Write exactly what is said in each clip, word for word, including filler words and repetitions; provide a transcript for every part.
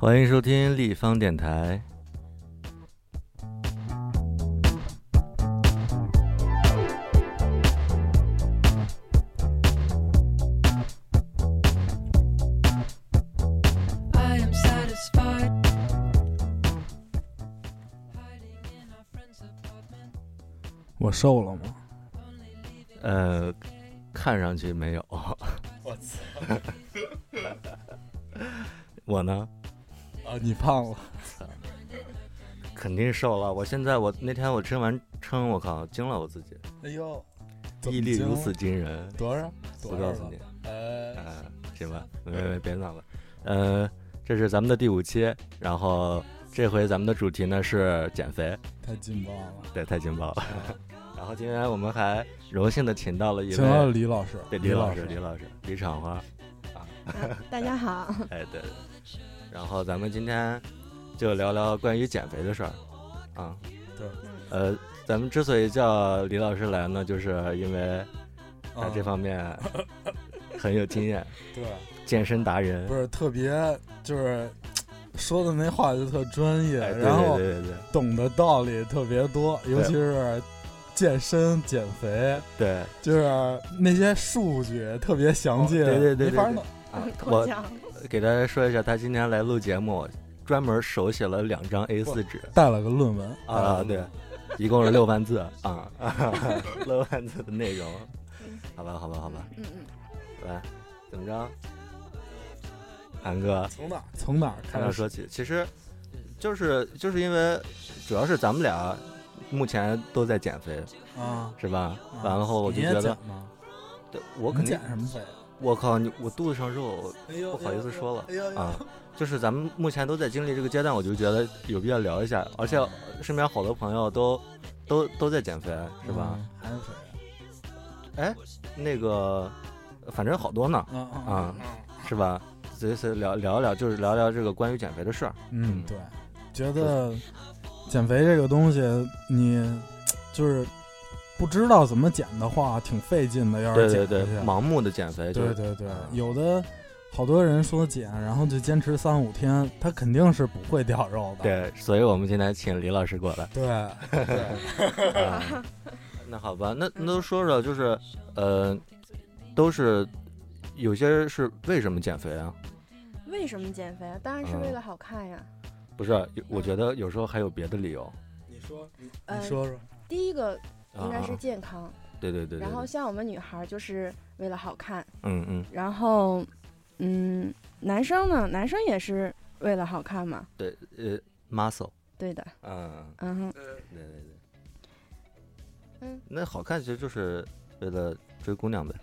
欢迎收听立方电台。 我瘦了吗？ 呃，看上去没有。 我操！ 我呢？ 啊，你胖了？ 肯定瘦了。我现在我那天我吃完称，我靠，惊了我自己。 哎呦， 毅力如此惊人。 多少？ 不告诉你。 呃， 呃，行吧，没没别闹了。呃，这是咱们的第五期，然后这回咱们的主题呢是减肥。 太劲爆了！ 对，太劲爆了。然后今天我们还荣幸的请到了一位， 请到了李老师， 对，李老师，李老师，李厂花， 啊，大家好。 哎，对。然后咱们今天就聊聊关于减肥的事儿，啊， 对， 呃，咱们之所以叫李老师来呢，就是因为在这方面很有经验， 啊、对， 健身达人， 不是特别就是说的那话就特专业， 哎、对然后对对对， 懂的道理特别多，尤其是健身减肥， 对， 就是那些数据特别详尽， 哦、对对对对对， 没法弄。 啊，我给大家说一下，他今天来录节目，专门手写了两张 A 四 纸， 带了个论文啊，对，一共是六万字啊，六万字的内容，好吧，好吧，好吧， 嗯嗯， 来，怎么着？韩哥， 从哪从哪开始说起？其实就是就是因为主要是咱们俩目前都在减肥啊， 是吧？ 啊、 然后我就觉得，对，我肯定减什么肥？ 我靠，你我肚子上肉， 哎、 不好意思说了、 哎哎、 啊。就是咱们目前都在经历这个阶段，我就觉得有必要聊一下，而且身边好多朋友都都都在减肥，是吧？ 嗯、还有谁？ 哎，那个，反正好多呢， 啊啊，啊是吧？所以所以聊聊聊，就是聊聊这个关于减肥的事儿。 嗯，对，觉得减肥这个东西，你就是不知道怎么减的话，挺费劲的。要是减对对对，盲目的减肥、就是， 对对对，有的。好多人说减，然后就坚持三五天，他肯定是不会掉肉的。 对，所以我们今天请李老师过来。 对， 对啊、那好吧，那那都说说，就是呃，都是有些是为什么减肥啊？ 为什么减肥啊？当然是为了好看呀。 嗯、不是，我觉得有时候还有别的理由。 你说，你呃、 你说说。 第一个应该是健康。 啊、对, 对, 对对对。 然后像我们女孩就是为了好看。 嗯嗯。 然后。嗯，男生呢？男生也是为了好看嘛？ 对，呃 ，muscle。 对的。 嗯嗯哼。 对对对。 嗯， 那好看其实就是为了追姑娘呗。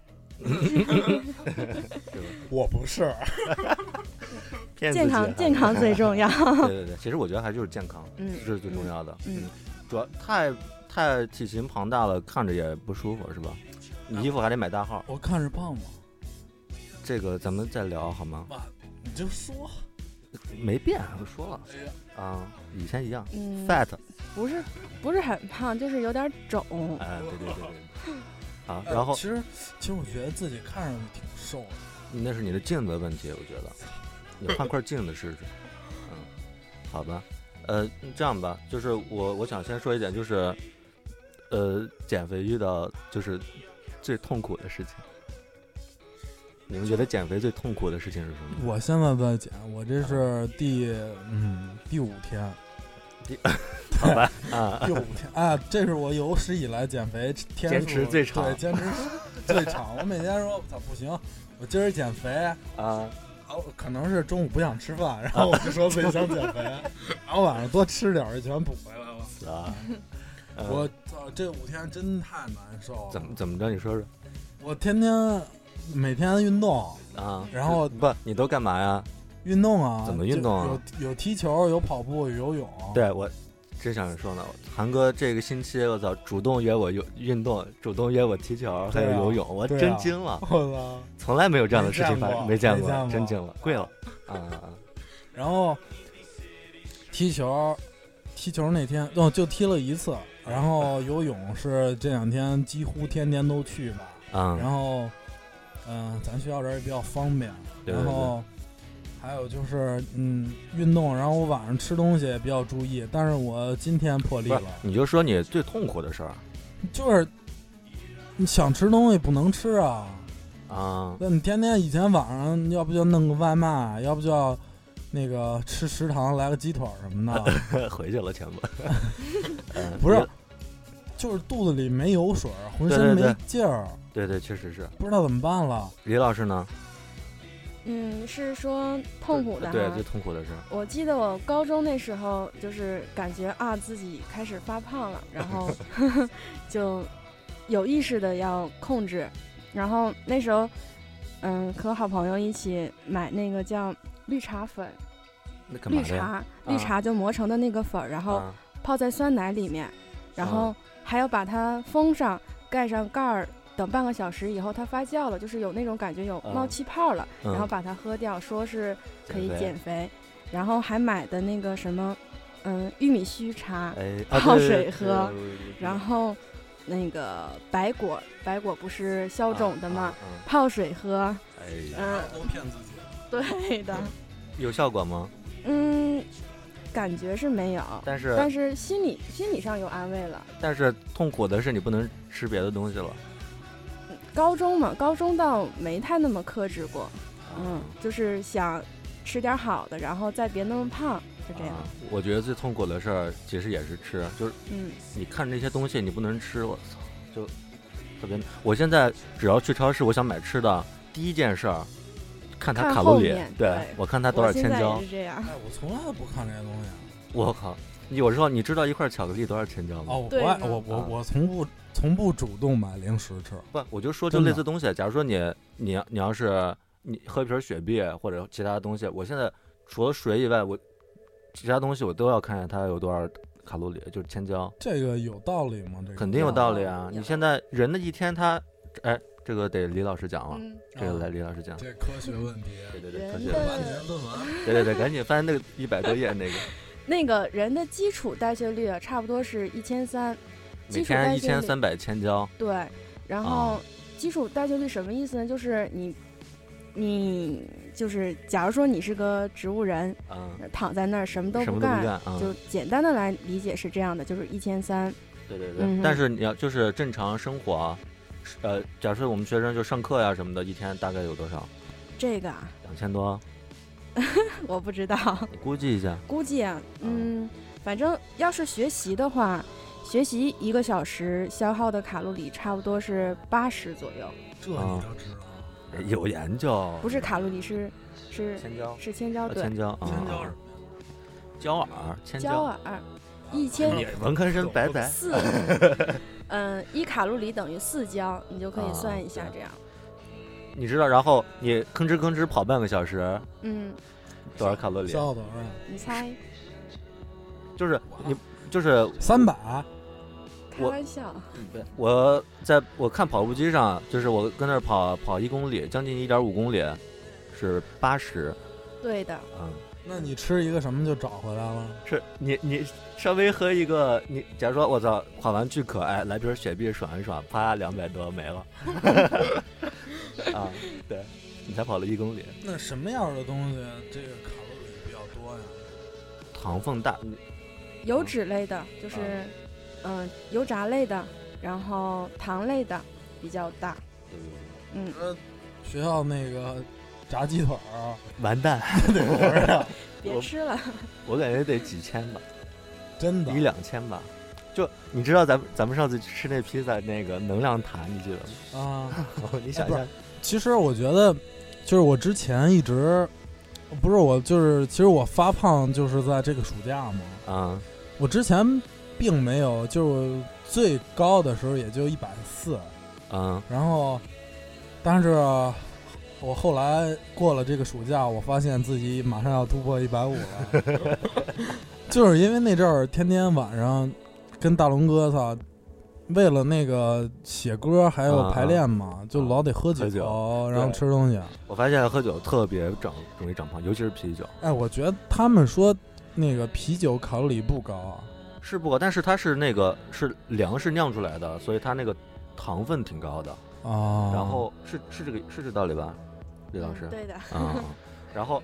我不是。 健康健康最重要。 对对对，其实我觉得还就是健康， 嗯， 这是最重要的。 嗯， 主要太太体型庞大了，看着也不舒服，是吧？你衣服还得买大号。 我看着胖吗？ 这个咱们再聊好吗？ 你就说， 没变，我说了，啊，以前一样、 嗯、 ，fat， 不是不是很胖，就是有点肿。 哎，对对对对。好，然后、 呃、其实其实我觉得自己看上去挺瘦的。 那是你的镜子问题，我觉得，你换块镜子试试。嗯，好吧，呃，这样吧，就是我我想先说一点，就是呃，减肥遇到就是最痛苦的事情。你们觉得减肥最痛苦的事情是什么？ 我现在在减，我这是第嗯第五天， 第好吧啊， 第五天啊，这是我有史以来减肥天坚持最长， 对，坚持最长。我每天说，我操不行，我今儿减肥啊， 啊， 可能是中午不想吃饭，然后我就说自己想减肥，然后晚上多吃点儿，全补回来了。 啊， 嗯、我操，这五天真太难受了。 怎么怎么着？你说说。 我天天。每天运动啊， 然后不，你都干嘛呀？ 运动啊， 怎么运动啊？ 有有踢球，有跑步，有游泳。 对，我真想说呢，韩哥这个星期我操，主动约我游运动，主动约我踢球，啊、还有游泳，我真惊了。 我操， 从来没有这样的事情发生， 没见过， 没见过真惊了，贵了啊啊！ 然后踢球，踢球那天哦就踢了一次，然后游泳是这两天几乎天天都去吧。 啊、嗯， 然后。嗯、呃，咱学校这儿也比较方便， 对对对， 然后还有就是嗯运动，然后我晚上吃东西也比较注意，但是我今天破例了。 你就说你最痛苦的事儿， 就是你想吃东西不能吃啊啊！ 那你天天以前晚上要不就弄个外卖，要不就要那个吃食堂来个鸡腿什么的，回去了全部。 嗯、不是，就是肚子里没油水，浑身没劲儿。 对对，确实是。 不知道怎么办了。 李老师呢？ 嗯，是说痛苦的。 对，最痛苦的是。 我记得我高中那时候，就是感觉啊自己开始发胖了，然后呵呵就有意识的要控制。然后那时候，嗯，和好朋友一起买那个叫绿茶粉。绿茶，绿茶就磨成的那个粉，然后泡在酸奶里面，然后还要把它封上，盖上盖儿。等半个小时以后它发酵了，就是有那种感觉有冒气泡了、嗯、然后把它喝掉，说是可以减肥。然后还买的那个什么嗯玉米须茶、 哎、 泡水喝、啊、然后那个白果白果不是消肿的吗、啊啊啊、泡水喝。 哎嗯， 都骗自己。 对的。 有效果吗？ 嗯，感觉是没有， 但是但是心理心理上有安慰了。 但是痛苦的是你不能吃别的东西了。 高中嘛，高中倒没太那么克制过，嗯，就是想吃点好的，然后再别那么胖，就这样。啊、 我觉得最痛苦的事儿其实也是吃，就是嗯， 你看这些东西你不能吃，我操，就特别。我现在只要去超市，我想买吃的，第一件事儿看它卡路里， 对, 对我看它多少千焦。 是这样。 哎，我从来不看这些东西。 我靠，有时候你知道一块巧克力多少千焦吗？ 哦，我不爱，我我我从不。从不主动买零食吃， 不，我就说就类似东西。假如说你你你要是你喝一瓶雪碧或者其他东西，我现在除了水以外，我其他东西我都要看看它有多少卡路里，就是千焦。 这个有道理吗？这个肯定有道理啊！你现在人的一天他，哎，这个得李老师讲了，嗯、这个来李老师讲。 这科学问题， 对对对，科学万年论文。 对对对，赶紧翻那个一百多页那个。 那个人的基础代谢率啊，差不多是一千三。 每天一千三百千焦， 对，然后基础代谢率什么意思呢？就是你，你就是假如说你是个植物人， 嗯， 躺在那儿什么都不干， 不干嗯、 就简单的来理解是这样的，就是一千三。 对对对、嗯，但是你要就是正常生活，呃，假设我们学生就上课呀什么的，一天大概有多少？ 这个啊， 两千多， 我不知道， 你估计一下。 估计啊，嗯，反正要是学习的话。学习一个小时消耗的卡路里差不多是八十左右。 这你都知道？ 啊、有研究。 不是卡路里，是是千焦， 是千焦，对， 千焦， 千焦是焦耳，千焦耳，一千。 你文科生白白。 四，嗯，一卡路里等于四焦，你就可以算一下这样。啊、 你知道，然后你吭哧吭哧跑半个小时， 嗯， 多少卡路里？ 消耗多少？ 你猜？ 就是你就是三百。 开玩笑， 我在我看跑步机上，就是我跟那儿跑跑一公里，将近一点五公里，是八十。 对的， 嗯， 那你吃一个什么就找回来了？ 是你你稍微喝一个，你假如说我操跑完巨渴，哎，来瓶雪碧爽一爽，啪两百多没了。啊，对，你才跑了一公里。 那什么样的东西这个卡路里比较多呀？ 糖分大， 油脂类的，就是。啊嗯，油炸类的，然后糖类的比较大。嗯， 学校那个炸鸡腿儿， 完蛋， 别吃了。 我感觉得几千吧， 真的， 一两千吧。就你知道咱们咱们上次吃那披萨那个能量塔，你记得吗？ 啊， 你想一下。 其实我觉得，就是我之前一直不是我，就是其实我发胖就是在这个暑假嘛。 啊， 我之前。并没有，就最高的时候也就一百四， 嗯， 然后，但是我后来过了这个暑假，我发现自己马上要突破一百五了，就是因为那阵儿天天晚上跟大龙哥操，为了那个写歌还有排练嘛，啊、就老得喝酒， 喝酒然后吃东西。 我发现喝酒特别长容易长胖，尤其是啤酒。 哎，我觉得他们说那个啤酒卡路里不高啊。 是不高，但是它是那个是粮食酿出来的，所以它那个糖分挺高的啊。 然后是是这个是这道理吧，李老师？ 嗯、对的。 啊、嗯，然后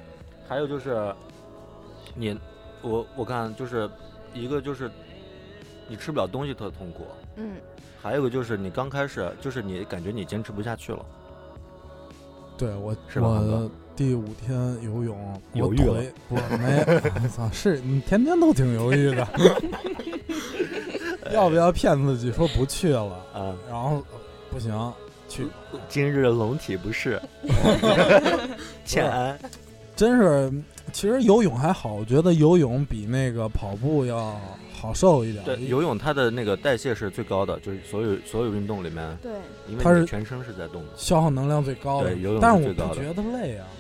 还有就是你我我看就是一个就是你吃不了东西特痛苦， 嗯， 还有一个就是你刚开始就是你感觉你坚持不下去了。 对我是吧我第五天游泳犹豫了我腿不没我操是你天天都挺犹豫的要不要骗自己说不去了啊？ 然后不行去， 今日龙体不适欠安。 真是其实游泳还好，我觉得游泳比那个跑步要好受一点。 对，游泳它的那个代谢是最高的，就是所有所有运动里面， 对， 因为它是你全身是在动的， 消耗能量最高的。 对，游泳但是我是最高的。 不觉得累啊。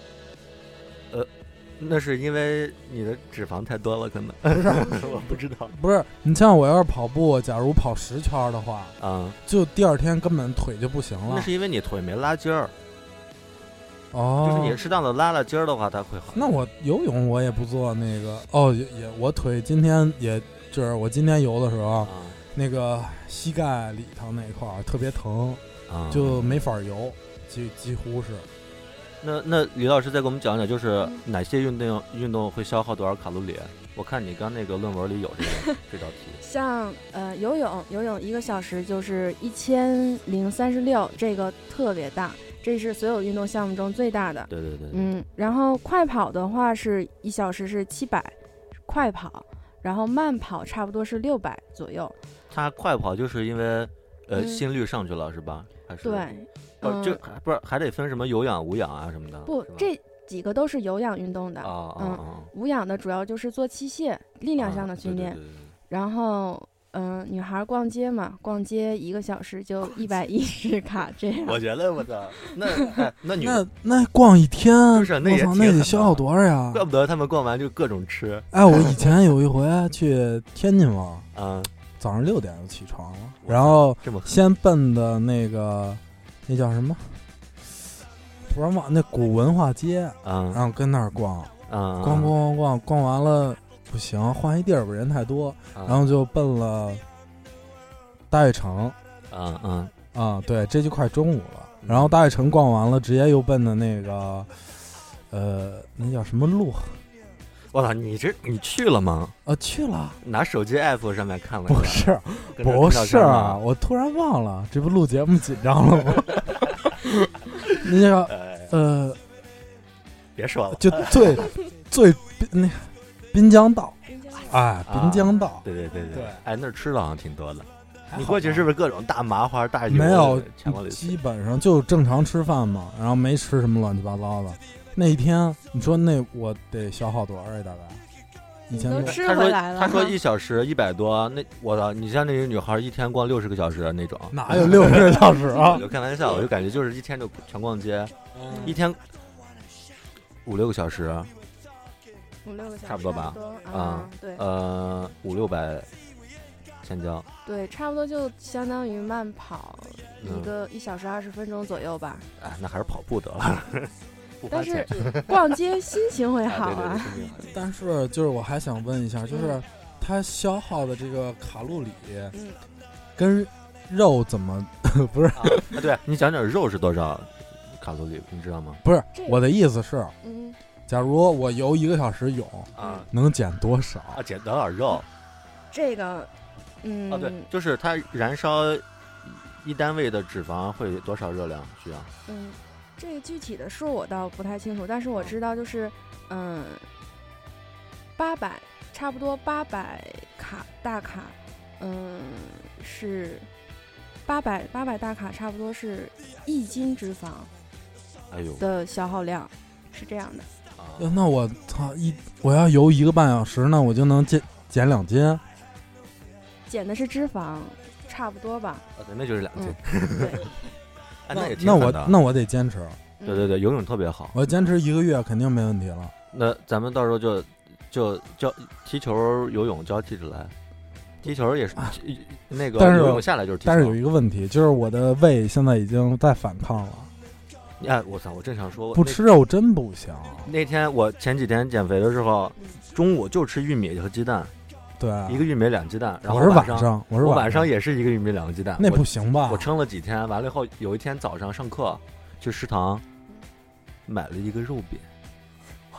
那是因为你的脂肪太多了，可能不是我不知道。 不是，你像我要是跑步，假如跑十圈的话， 啊、 就第二天根本腿就不行了。 那是因为你腿没拉筋儿， 哦， 就是你适当的拉了筋儿的话，它会好。 那我游泳我也不做那个哦，也也我腿今天也就是我今天游的时候， 啊那个膝盖里头那块儿特别疼， 啊， 就没法游，几几乎是。 那那李老师再给我们讲讲，就是嗯哪些运动运动会消耗多少卡路里？我看你刚那个论文里有这个这道题。 像呃游泳，游泳一个小时就是一千零三十六，这个特别大，这是所有运动项目中最大的。 对对对对， 嗯，然后快跑的话是一小时是七百，快跑，然后慢跑差不多是六百左右。 他快跑就是因为呃、 嗯心率上去了是吧？还是对， 不、 嗯， 就不是还得分什么有氧无氧啊什么的？是吧， 不这几个都是有氧运动的。 啊啊嗯， 啊， 无氧的主要就是做器械、力量上的训练。 啊对对对对对然后，嗯、女孩逛街嘛，逛街一个小时就一百一十卡这样。 我觉得我操，那哎那女那那逛一天， 就是那也我操， 挺狠的那得消耗多少呀？ 怪不得他们逛完就各种吃哎，我以前有一回去天津玩， 啊， 早上六点就起床了， 我然后这么狠先奔的那个那叫什么？突然忘那古文化街， 啊然后跟那儿逛， 啊， 逛逛逛逛逛完了不行，换一地儿吧，人太多， 啊， 然后就奔了大悦城啊啊啊，对，这就快中午了。 嗯然后大悦城逛完了，直接又奔的那个呃，那叫什么路？ 我操，你这你去了吗？ 呃，去了。 拿手机 app 上面看了， 不是， 跟着不看照片是啊， 吗我突然忘了，这不录节目紧张了吗？那个哎， 呃， 别说了， 就最最滨那滨江道， 滨江哎，滨江道， 对对对对哎，那儿吃的好像挺多的。 还好你过去吧是不是各种大麻花、大油？ 没有全过来基本上就正常吃饭嘛，然后没吃什么乱七八糟的。那一天，你说那我得消耗多少呀？大概一千多。 你都吃他说回来了他说一小时一百多，那我操，你像那个女孩一天逛六十个小时那种， 哪有六十个小时啊我？就开玩笑，我就感觉就是一天就全逛街，一天五六个小时， 五六个小时， 差不多吧啊啊， 对呃，五六百千焦， 对，差不多就相当于慢跑嗯一个一小时二十分钟左右吧。 哎，那还是跑步得了，不花但是钱。 逛街心情会好啊对对对啊。 心情好但是就是我还想问一下，就是嗯它消耗的这个卡路里嗯， 跟肉怎么不是啊，对你讲讲肉是多少卡路里，你知道吗？ 不是这我的意思是， 嗯， 假如我游一个小时泳， 啊能减多少？ 啊，减多少肉？ 这个，嗯， 哦，对，就是它燃烧一单位的脂肪会有多少热量需要？ 嗯，这个具体的数我倒不太清楚，但是我知道就是，嗯，八百，差不多八百卡大卡，嗯，是八百八百大卡，差不多是一斤脂肪哎呦， 的消耗量，是这样的。 啊呃那我操一我要游一个半小时，那我就能减减两斤。 减的是脂肪，差不多吧？ 啊对，那就是两斤嗯，，对， 哎，那也挺那我狠的那我得坚持， 嗯对对对，游泳特别好。 我坚持一个月肯定没问题了。 那咱们到时候就就交踢球、游泳交替着来。踢球也是那个但是游泳下来就是踢球。 但是有一个问题，就是我的胃现在已经在反抗了， 哎，我操！我正想说， 不吃肉真不行。 那。那天我前几天减肥的时候， 嗯中午就吃玉米和鸡蛋， 对， 一个玉米两鸡蛋，然后我是晚上上，我是我晚晚上也是一个玉米两个鸡蛋。 那我不行吧？ 我撑了几天，完了以后有一天早上上课去食堂买了一个肉饼，我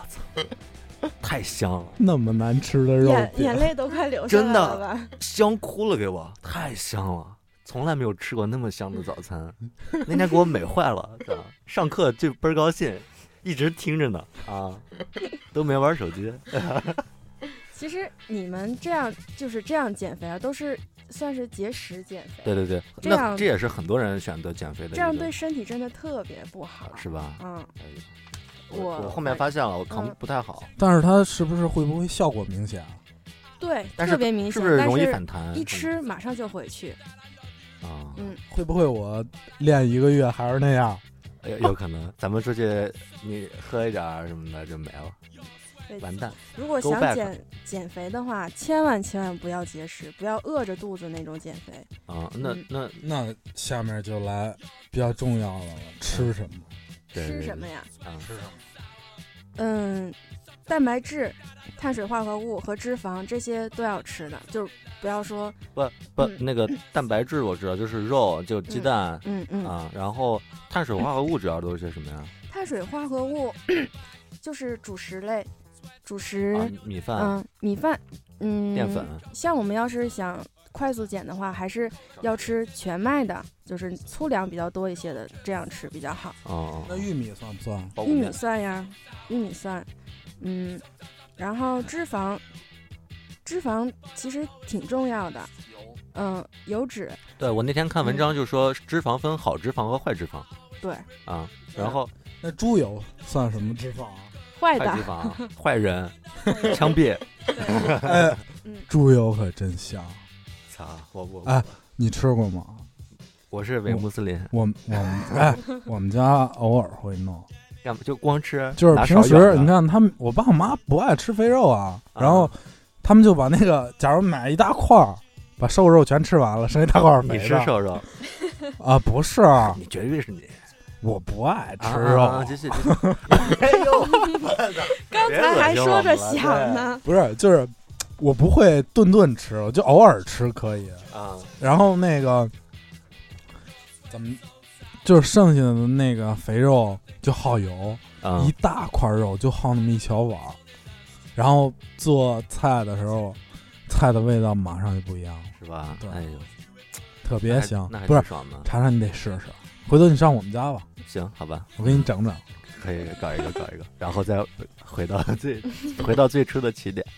操，太香了， 那么难吃的肉眼饼眼泪都快流下来了吧？ 香哭了给我，太香了，从来没有吃过那么香的早餐，那天给我美坏了，上课就倍儿高兴，一直听着呢啊，都没玩手机。 其实你们这样就是这样减肥啊，都是算是节食减肥。 对对对， 这样那这也是很多人选择减肥的一个， 这样对身体真的特别不好， 是吧？ 嗯， 哎呀我我我后面发现了，我扛嗯不太好， 但是它是不是会不会效果明显啊？ 对， 但是特别明显， 是不是容易但反弹？ 一吃马上就回去。 啊， 嗯， 会不会我练一个月还是那样？ 有有可能，咱们出去你喝一点儿什么的就没了， 对， 完蛋。 如果 Go 想 back 减减肥的话，千万千万不要节食，不要饿着肚子那种减肥。 啊，那嗯那那下面就来比较重要的了，吃什么？ 对吃什么呀？ 啊， 吃什么？ 嗯，蛋白质、碳水化合物和脂肪这些都要吃的，就是不要说不不， 嗯那个蛋白质我知道，就是肉，就鸡蛋嗯嗯， 啊，然后碳水化合物主要都是些什么呀？ 碳水化合物就是主食类，主食， 啊，米饭、 嗯，米饭，嗯， 淀粉。 像我们要是想快速减的话，还是要吃全麦的，就是粗粮比较多一些的，这样吃比较好。 哦， 那玉米算不算？ 玉米包谷面算呀，玉米算，嗯，然后脂肪，脂肪其实挺重要的，嗯，油脂， 对我那天看文嗯章就说脂肪分好脂肪和坏脂肪对， 啊，然后那猪油算什么脂肪啊？ 坏的坏脂，肪、坏人、枪毙， 哎， 嗯， 猪油可真香， 操，我我哎你吃过吗？ 我是伪穆斯林， 我们我们哎，我们家偶尔会弄， 要么就光吃， 就是拿平时勺舀着你看他们，我爸我妈不爱吃肥肉啊，然后他们就把那个，假如买一大块儿，把瘦肉全吃完了，剩一大块儿肥你的。 吃瘦肉， 啊？不是， 你绝对是你我不爱吃啊肉， 啊继续，继续哎呦， 刚才还说着想呢， 不是，就是我不会顿顿吃，我就偶尔吃可以。 啊， 然后那个怎么，就是剩下的那个肥肉就耗油， 啊一大块肉就耗那么一小碗儿，然后做菜的时候，菜的味道马上就不一样了， 是吧？ 对哎呦， 特别香那还。 不是挺，爽的。 查查你得试试，回头你上我们家吧， 行，好吧， 我给你整整。 可以搞一个，搞一个，然后再回到最回到最初的起点。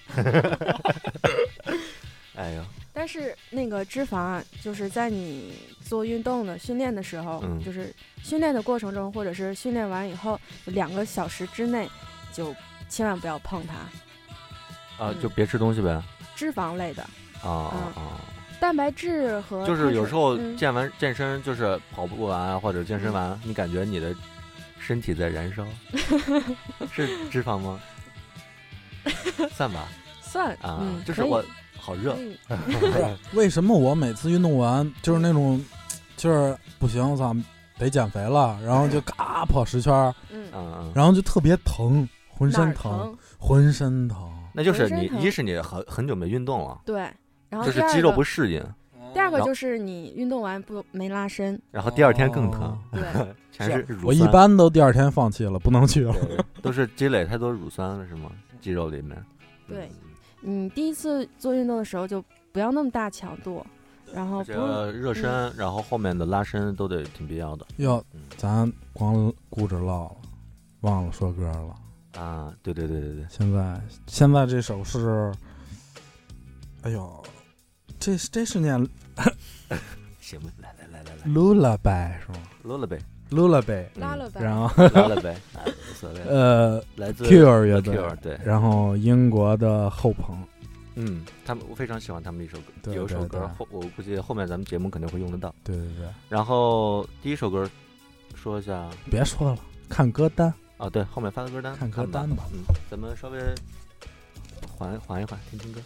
哎呦， 但是那个脂肪啊，就是在你做运动的训练的时候， 嗯就是训练的过程中，或者是训练完以后两个小时之内，就千万不要碰它。 啊， 嗯就别吃东西呗。 脂肪类的， 啊啊啊！ 蛋白质和就是有时候碳水嗯健完健身，就是跑步完啊，或者健身完，你感觉你的身体在燃烧，是脂肪吗？算吧， 算啊， 嗯，可以就是我好热可，以不是，为什么我每次运动完就是那种，就是不行，我操，得减肥了，然后就嘎跑十圈儿， 嗯， 嗯嗯， 然后就特别疼，浑哪儿身疼， 疼？ 浑身疼。 那就是你浑身疼一是你很很久没运动了， 对，然后就是肌肉第二个不适应， 第二个然后就是你运动完不没拉伸， 然后第二天更疼哦， 对， 全是乳酸。 我一般都第二天放弃了，不能去了。 对都是积累太多乳酸了，是吗？肌肉里面。 对嗯， 你第一次做运动的时候就不要那么大强度，然后而且不是热身，然后后面的拉伸都得挺必要的。 哟， 嗯咱光顾着唠了，忘了说歌了。 啊，对对对对对， 现在现在这首是，哎呦，这这是念行吧，来来来来来 lullaby 是吗 ，lullaby， ？lullaby， 拉了呗。 然后 ，lullaby，啊，无所谓， 呃来自 Cure 乐 The 队， Cure，对， 然后英国的后朋， 嗯，他们我非常喜欢他们的一首歌， 对有一首对对歌后我估计后面咱们节目肯定会用得到。 对对对， 然后第一首歌说一下别说了，看歌单。 啊，对，后面发个歌单， 看歌单吧嗯，咱们稍微缓缓一缓，听听歌。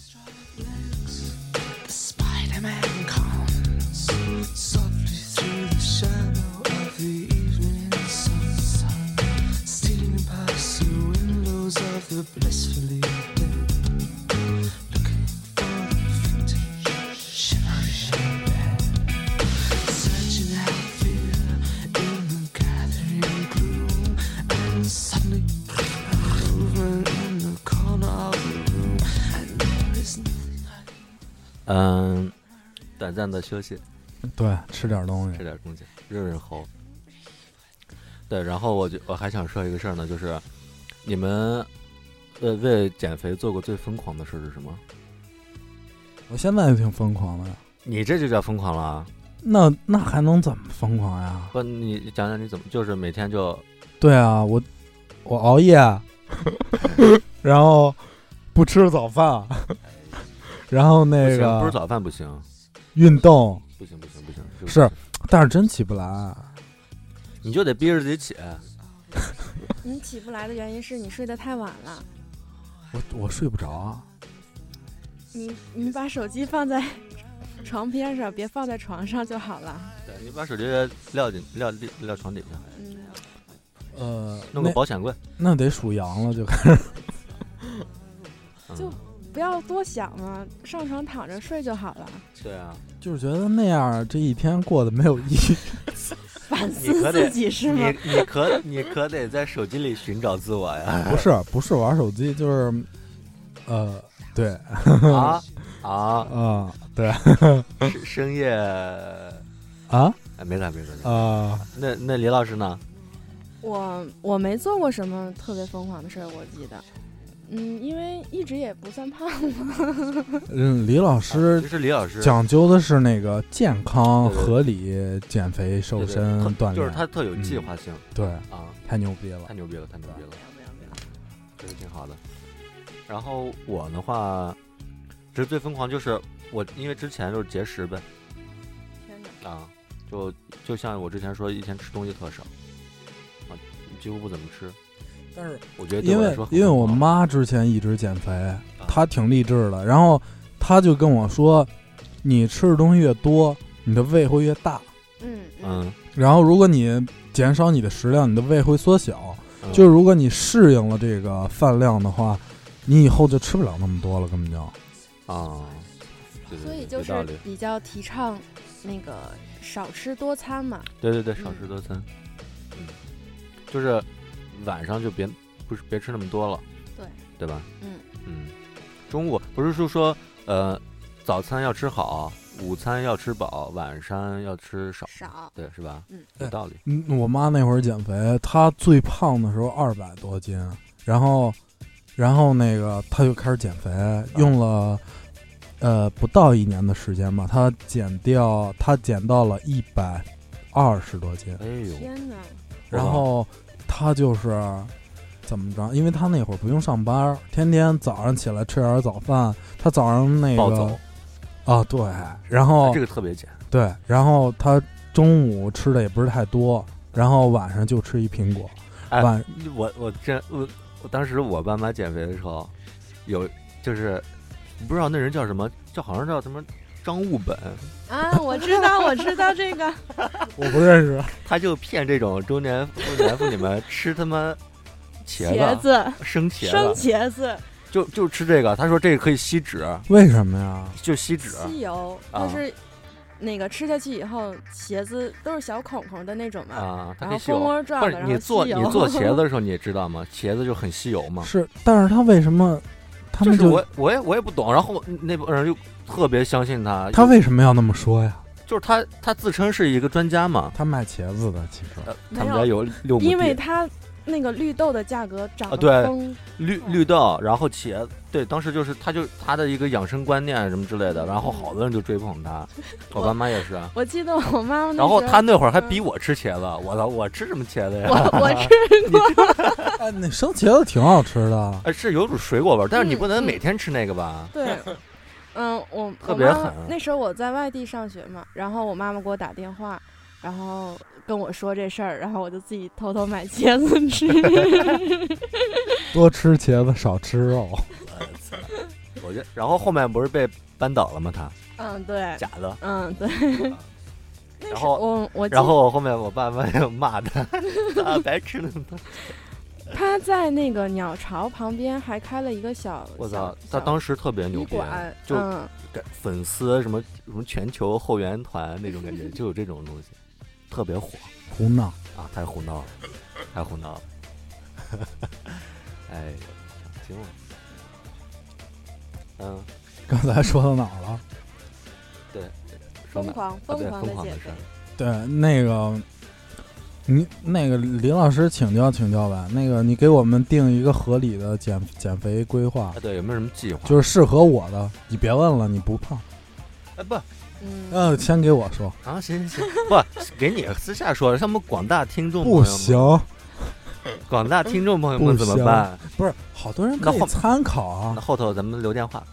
Spider-Man comes softly through the shadow of the evening sun, stealing past the windows of the blissfully dead, looking for the vintage shimmering bed, searching out fear in the gathering gloom, and suddenly 嗯，短暂的休息， 对，吃点东西吃。点东西，润润喉。对，然后我就我还想说一个事儿呢，就是你们呃为减肥做过最疯狂的事是什么？ 我现在就挺疯狂的呀。 你这就叫疯狂了啊？ 那那还能怎么疯狂呀？ 不，你讲讲你怎么，就是每天就对啊，我我熬夜，然后不吃早饭，然后不那行，不是个早饭不行， 运动不行不行不行，就是，但是真起不来。 你就得逼着自己起。 你起不来的原因是你睡得太晚了。 我我睡不着啊。 你你把手机放在床边上，别放在床上就好了。 对，你把手机撂进撂撂撂床底下， 嗯， 呃， 弄个那保险柜。 那得数羊了，就开始。 就嗯不要多想嘛，上床躺着睡就好了。 对啊， 就是觉得那样这一天过得没有意义。 反你思可得自己是吗？ 你你可你可得在手机里寻找自我呀。 不是不是玩手机，就是呃，对啊啊， 啊，对深深夜啊哎，没干没干。 啊， 那那李老师呢？ 我我没做过什么特别疯狂的事儿，我记得。嗯，因为一直也不算胖嘛。 嗯，李老师其实李老师讲究的是那个健康、 对对合理减肥、瘦对对身、 特锻炼， 就是他特有计划性对， 啊， 太牛逼了太。牛逼了，太牛逼了， 不要不要！ 这个挺好的。然后我的话，其实最疯狂就是我，因为之前就是节食呗天哪！ 啊，就就像我之前说，一天吃东西特少啊，几乎不怎么吃。 但是我觉得对因为我来说很因为我疯狂妈之前一直减肥，她挺励志的，然后她就跟我说，你吃的东西越多，你的胃会越大。 嗯嗯， 然后如果你减少你的食量，你的胃会缩小。 嗯就是如果你适应了这个饭量的话，你以后就吃不了那么多了，根本就。 啊，对对对所以就是有道理。 比较提倡那个少吃多餐嘛。 对对对，少吃多餐。嗯，就是晚上就别不是别吃那么多了。 对。 对吧？ 嗯嗯，中午不是说说呃，早餐要吃好，午餐要吃饱，晚上要吃少， 少。 对，是吧？ 嗯， 有道理。 嗯，我妈那会儿减肥，她最胖的时候二百多斤，然后，然后那个她就开始减肥，用了呃不到一年的时间吧，她减掉，她减到了一百二十多斤， 哎呦， 天哪！ 然后她就是怎么着？因为她那会儿不用上班，天天早上起来吃点早饭，她早上那个暴走， 啊对，然后这个特别减。 对，然后她中午吃的也不是太多，然后晚上就吃一苹果。 哎晚我我真我我当时我爸妈减肥的时候，有就是不知道那人叫什么，叫好像叫什么张悟本， 啊，我知道，我知道这个。 我不认识。 他就骗这种中年中年妇女们吃他妈茄茄子， 生茄生子， 茄子， 就就吃这个。他说这个可以吸脂， 为什么呀？ 就吸脂。 吸油， 啊就是那个吃下去以后，茄子都是小孔孔的那种嘛， 啊，它然后可以吸油。 蜂窝状的， 不是然后你做你吸油做茄子的时候，你也知道吗？茄子就很吸油嘛。 是，但是他为什么他们就就是我我也我也不懂，然后那帮人就特别相信他。 他为什么要那么说呀？ 就是他他自称是一个专家嘛， 他卖茄子的，其实呃， 没他们家有六亩地， 因为它那个绿豆的价格涨啊对得疯， 绿绿豆，然后茄子，对，当时就是他就他的一个养生观念什么之类的，然后好多人就追捧他，我爸妈也是啊。 我记得我妈妈那然后时候他那会儿还嗯逼我吃茄子，我操，我吃什么茄子呀？ 我我吃过， 哎，那生茄子挺好吃的。 哎，是有种水果味儿，但是你不能嗯每天吃那个吧？ 对，嗯，我特别我妈妈狠那时候我在外地上学嘛，然后我妈妈给我打电话，然后跟我说这事儿，然后我就自己偷偷买茄子吃。 多吃茄子，少吃肉。 我觉得，然后后面不是被扳倒了吗？他嗯，对， 假的。 嗯，对。那是然后我我记然后我后面我爸妈又骂他，啊，白吃了呢。 他在那个鸟巢旁边还开了一个小， 我操小， 他当时时特别牛逼，就嗯， 感粉丝什么什么全球后援团那种感觉，就有这种东西，特别火胡闹。 啊！太胡闹了，太胡闹了。哎，行了。嗯， 刚才说到哪儿了？ 说哪疯狂啊对疯狂的减肥疯狂的事儿。 对，那个你那个李老师请教请教吧，那个你给我们定一个合理的减减肥规划啊，，对，有没有什么计划？ 就是适合我的。你别问了，你不胖。 哎不嗯， 呃，先给我说， 啊，行行行，不给你私下说，像我们广大听众朋不友们， 行， 广大听众朋友们怎么办？ 不是好多人可以那后参考啊那，后头咱们留电话，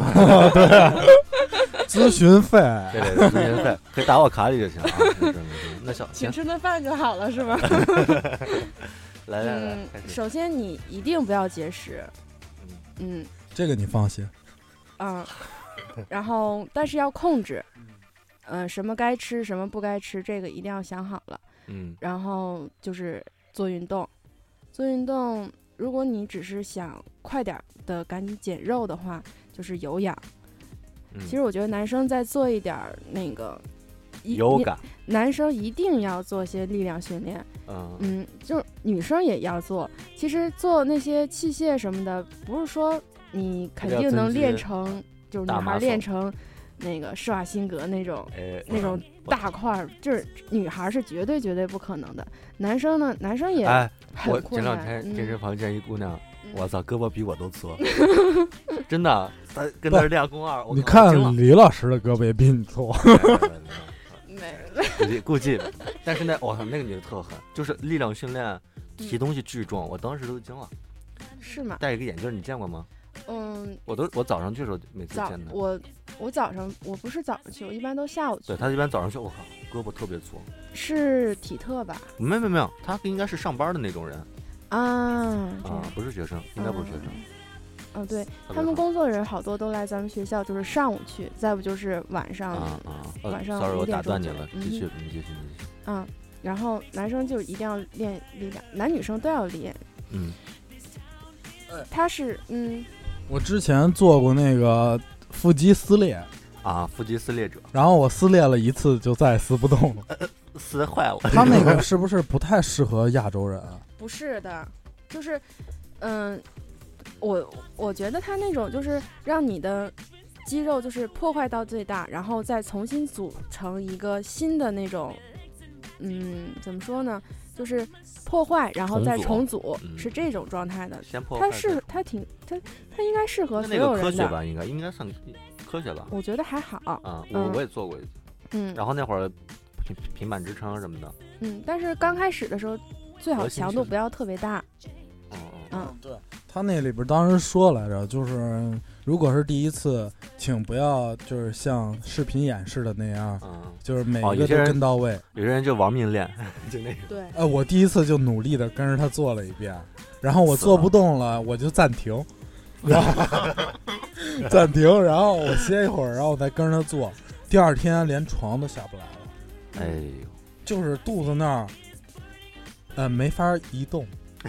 咨询费。 对对对，咨询费可以打我卡里就行啊。没事没事，那小行， 请吃顿饭就好了，是吧？ 来来来， 嗯开，始。 首先你一定不要节食，嗯这个你放心。 嗯，然后但是要控制，嗯、什么该吃，什么不该吃，这个一定要想好了。 嗯然后就是做运动，做运动，如果你只是想快点儿的赶紧减肉的话，就是有氧。 嗯， 其实我觉得男生再做一点儿那个，一你有感， 男生一定要做些力量训练， 嗯嗯，就是女生也要做。其实做那些器械什么的，不是说你肯定能练成，就是女大孩 muscle 练成那个施瓦辛格那种哎那种大块儿，就是女孩是绝对绝对不可能的。男生呢，男生也哎，我很困难。 前两天健身嗯房见一姑娘， 嗯我操，胳膊比我都粗，真的，她跟那儿练肱二，我你靠我惊了看李老师的胳膊也比你粗。 没估计估计，但是那我操，那个女的特狠，就是力量训练，提东西巨重，我当时都惊了。 是吗？ 戴一个眼镜，你见过吗？ 嗯， 我都我早上去的时候每次早见她， 我我早上我不是早上去，我一般都下午去对。她一般早上去，我靠，胳膊特别粗。 是体特吧？ 没有没有没有，她应该是上班的那种人啊，这样啊，不是学生，应该不是学生。 嗯，对特别他们好工作人好多都来咱们学校，就是上午去，再不就是晚上。 啊啊，呃晚上 ，sorry，我五点打断你了， 钟左右继续嗯， 你继续，你继续。 嗯，然后男生就一定要练力量，男女生都要练。 嗯， 他是嗯， 我之前做过那个腹肌撕裂， 啊，腹肌撕裂者然后我撕裂了一次就再也撕不动了。 撕坏了。 他那个是不是不太适合亚洲人啊？ 不是的，就是嗯，我我觉得他那种就是让你的肌肉就是破坏到最大，然后再重新组成一个新的那种，嗯，怎么说呢？就是破坏，然后再重组， 嗯是这种状态的。 先破坏它是它挺它它应该适合那那个科所有人的， 学吧，应该应该算科学吧。 我觉得还好。 啊，我嗯我也做过一次， 嗯然后那会儿平平板支撑什么的， 嗯，但是刚开始的时候，最好核心是强度不要特别大。 嗯嗯嗯， 对，他那里边当时说来着，就是如果是第一次，请不要就是像视频演示的那样， 嗯， 就是每一个都哦有些人跟到位。 有些人就亡命练，就那种。 对， 呃，我第一次就努力的跟着他做了一遍，然后我死了做不动了，我就暂停，然后暂停，然后我歇一会儿，然后我再跟着他做。第二天连床都下不来了， 哎呦， 就是肚子那儿，呃，没法移动。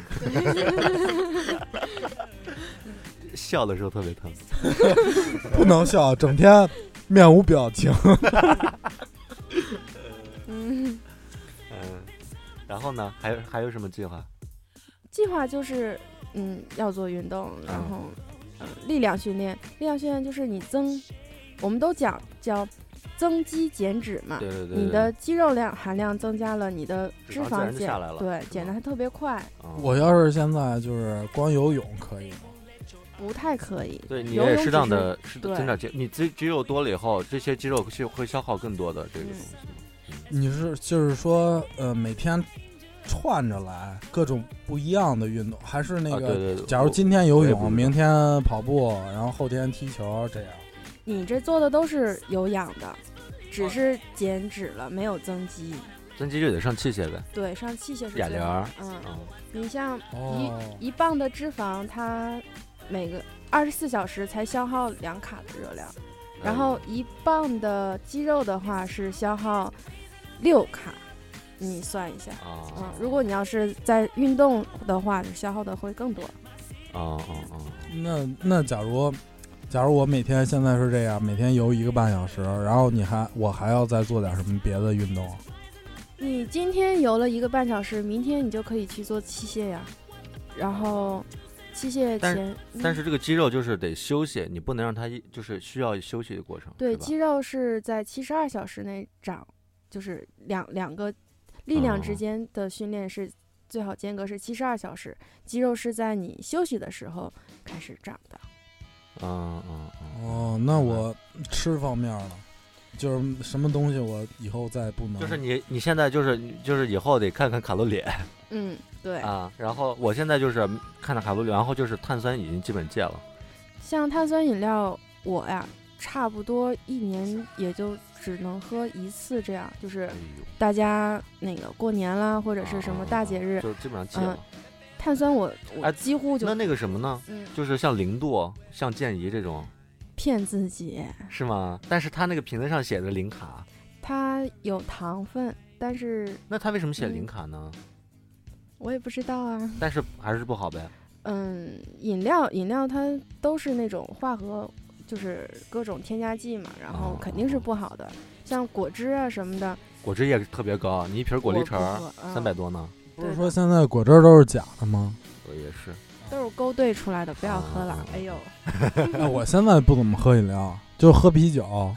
笑的时候特别疼。 不能笑，整天面无表情。 嗯， 嗯，然后呢，还有还有什么计划？ 计划就是嗯要做运动，然后嗯力量训练，力量训练就是你增，我们都讲叫增肌减脂嘛。 对对对， 你的肌肉量含量增加了，你的脂脂肪自然肪减就下来了对是吧减的还特别快， 嗯我要是现在就是光游泳可以吗？ 不太可以。 对你游泳也适当只是的适对增点肌，你肌肌肉多了以后，这些肌肉是会消耗更多的这个东西。 你是就是说呃每天串着来各种不一样的运动，还是那啊个？ 对对对， 假如今天游泳， 我也不知道明天跑步，然后后天踢球，这样。 你这做的都是有氧的，只是减脂了，没有增肌。 增肌就得上器械呗。 对，上器械是哑铃儿最好的。嗯， 嗯， 你像哦， 一磅的脂肪，它每个二十四小时才消耗两卡的热量，然后一磅的肌肉的话是消耗六卡，你算一下。 啊嗯，如果你要是在运动的话，消耗的会更多。 啊啊啊， 那那假如，假如我每天现在是这样，每天游一个半小时，然后你还我还要再做点什么别的运动？ 你今天游了一个半小时，明天你就可以去做器械呀。然后， 器械但前，嗯但是这个肌肉就是得休息，你不能让它一就是需要休息的过程。是吧对，肌肉是在七十二小时内长，就是两两个力量之哦间的训练是最好间隔是七十二小时，肌肉是在你休息的时候开始长的。 嗯嗯嗯， 哦，那我吃方面了，就是什么东西我以后再不能， 就是你你现在就是就是以后得看看卡路里嗯，对， 啊，然后我现在就是看看卡路里，然后就是碳酸已经基本戒了。 像碳酸饮料，我呀差不多一年也就只能喝一次，这样就是哎呦， 大家那个过年啦，或者是什么大节日， 就基本上戒了。 碳酸我我哎几乎就那那个什么呢？ 嗯就是像零度、像健怡这种， 骗自己， 是吗？但是它那个瓶子上写的零卡， 它有糖分，但是那它为什么写嗯零卡呢？ 我也不知道啊。 但是还是不好呗。 嗯，饮料饮料它都是那种化合，就是各种添加剂嘛，然后哦肯定是不好的。像果汁啊什么的， 果汁也特别高，你一瓶果粒橙我不喝嗯三百多呢。 不是说现在果汁儿都是假的吗？ 我也是。 都是勾兑出来的，不要喝了哦。 哎呦， 那我现在不怎么喝饮料，就喝啤酒，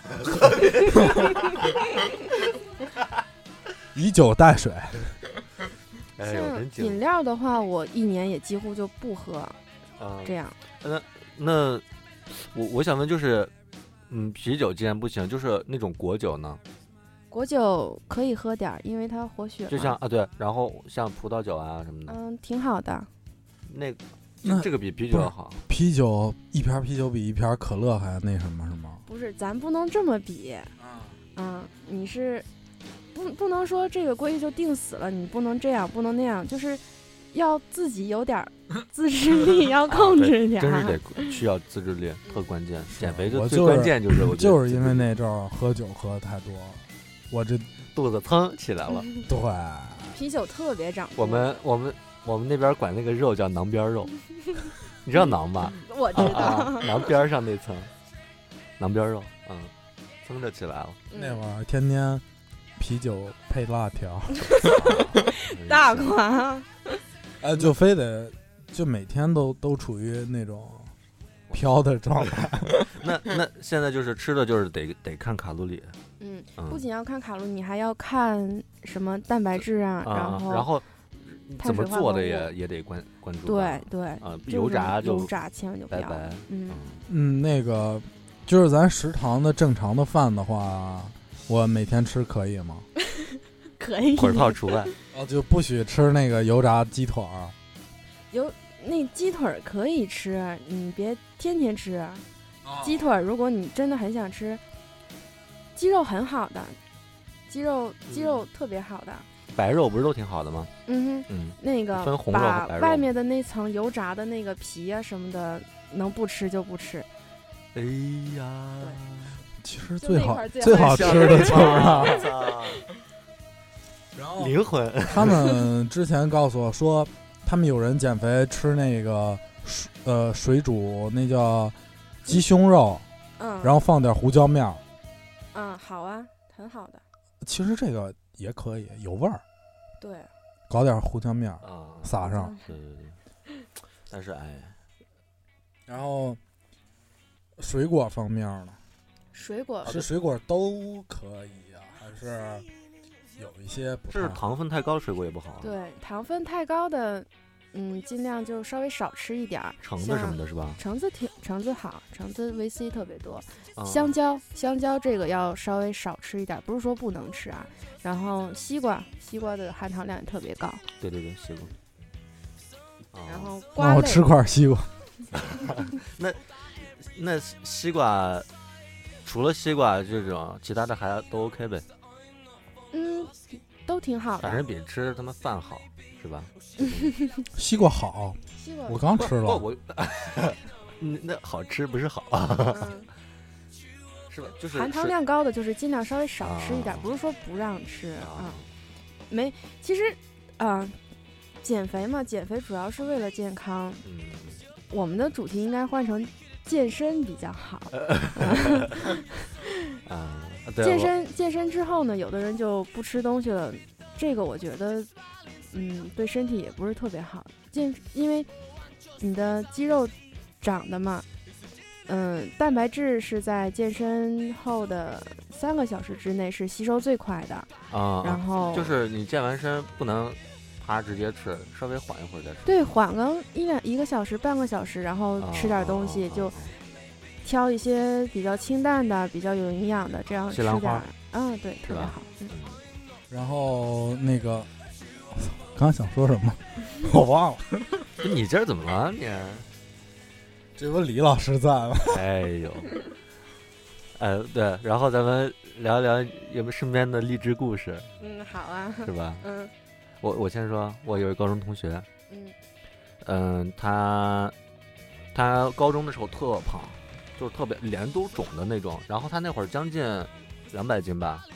以酒代水。 哎呦， 像真精饮料的话，我一年也几乎就不喝， 啊！ 这样。 那我我想问就是，嗯，啤酒既然不行，就是那种果酒呢？ 果酒可以喝点儿，因为它活血嘛。 就像啊对，然后像葡萄酒啊什么的， 嗯，挺好的。 那那这个比啤酒要好。 啤酒一瓶啤酒比一瓶可乐还那什么是吗？ 不是，咱不能这么比。嗯，你是不不能说这个规矩就定死了，你不能这样，不能那样，就是要自己有点儿自制力，要控制点儿。 真是得需要自制力，特关键。减肥就最我就是关键就是我觉得就是因为那阵儿喝酒喝的太多了，我这肚子噌起来了。 对啤酒特别长肚。 我们我们我们那边管那个肉叫囊边儿肉，你知道囊吧？ 我知道。 啊，囊边儿上那层，囊边儿肉，嗯，噌着起来了。 那会儿天天啤酒配辣条， 大款。 哎，就非得就每天都都处于那种飘的状态。 那那现在就是吃的就是得得看卡路里， 嗯， 嗯不仅要看卡路，你还要看什么蛋白质啊，然啊， 后然后碳怎么做水化合物的也也得关关注对吧。 对啊， 就是油炸就油炸千万就不要。 拜拜。 嗯， 嗯，那个就是咱食堂的正常的饭的话，我每天吃可以吗？ 可以。 腿泡除外。 哦，就不许吃那个油炸鸡腿儿。 有那鸡腿儿可以吃，你别天天吃。 哦鸡腿儿，如果你真的很想吃，鸡肉很好的，鸡肉鸡肉特别好的。 白肉不是都挺好的吗？ 嗯哼， 嗯， 那个分红肉和把白肉外面的那层油炸的那个皮啊什么的，能不吃就不吃。 哎呀， 其实就最好那块儿最最好好吃的就是啊。 操然后灵魂。 他们之前告诉我说，他们有人减肥吃那个水呃水煮那叫鸡胸肉， 嗯， 然后放点胡椒面儿。 嗯，好啊，很好的。 其实这个也可以，有味儿， 对， 搞点胡椒面儿啊， 撒上。 是，但是哎， 然后水果方面呢， 水果是水果都可以啊，还是有一些不太是好糖分太高的水果也不好啊。 对糖分太高的，嗯，尽量就稍微少吃一点儿。 橙子什么的是吧？ 橙子挺橙子好，橙子维 C 特别多。 啊香蕉香蕉这个要稍微少吃一点儿，不是说不能吃啊。然后西瓜西瓜的含糖量也特别高。 对对对，西瓜。啊然后那瓜类我吃块西瓜。 那西瓜除了西瓜这种，其他的还都 OK 呗， 嗯都挺好的。 反正比吃他妈饭好，是吧？ 西瓜好， 西瓜我刚吃不了。 我嗯那好吃不是好， 嗯是吧？就是含糖是量高的就是尽量稍微少吃一点儿， 啊不是说不让吃啊啊。没，其实啊、减肥嘛，减肥主要是为了健康。 嗯， 我们的主题应该换成健身比较好。 啊，对健我身健身之后呢，有的人就不吃东西了，这个我觉得，嗯，对身体也不是特别好。健因为你的肌肉长的嘛，嗯，蛋白质是在健身后的三个小时之内是吸收最快的， 啊， 然后就是你健完身不能啪直接吃，稍微缓一会儿再吃。 对，缓个一两一个小时、半个小时，然后吃点东西， 啊就挑一些比较清淡的、比较有营养的，这样吃西兰花点儿。嗯，对，特别吧好。嗯， 然后那个，刚想说什么，我忘了。 你这怎么了你？ 这不李老师在吗？ 哎呦，哎对，然后咱们聊一聊有没有身边的励志故事， 嗯，好啊。 是吧？ 嗯我我先说，我有一个高中同学， 嗯嗯，他他高中的时候特胖，就是特别脸都肿的那种，然后他那会儿将近两百斤吧，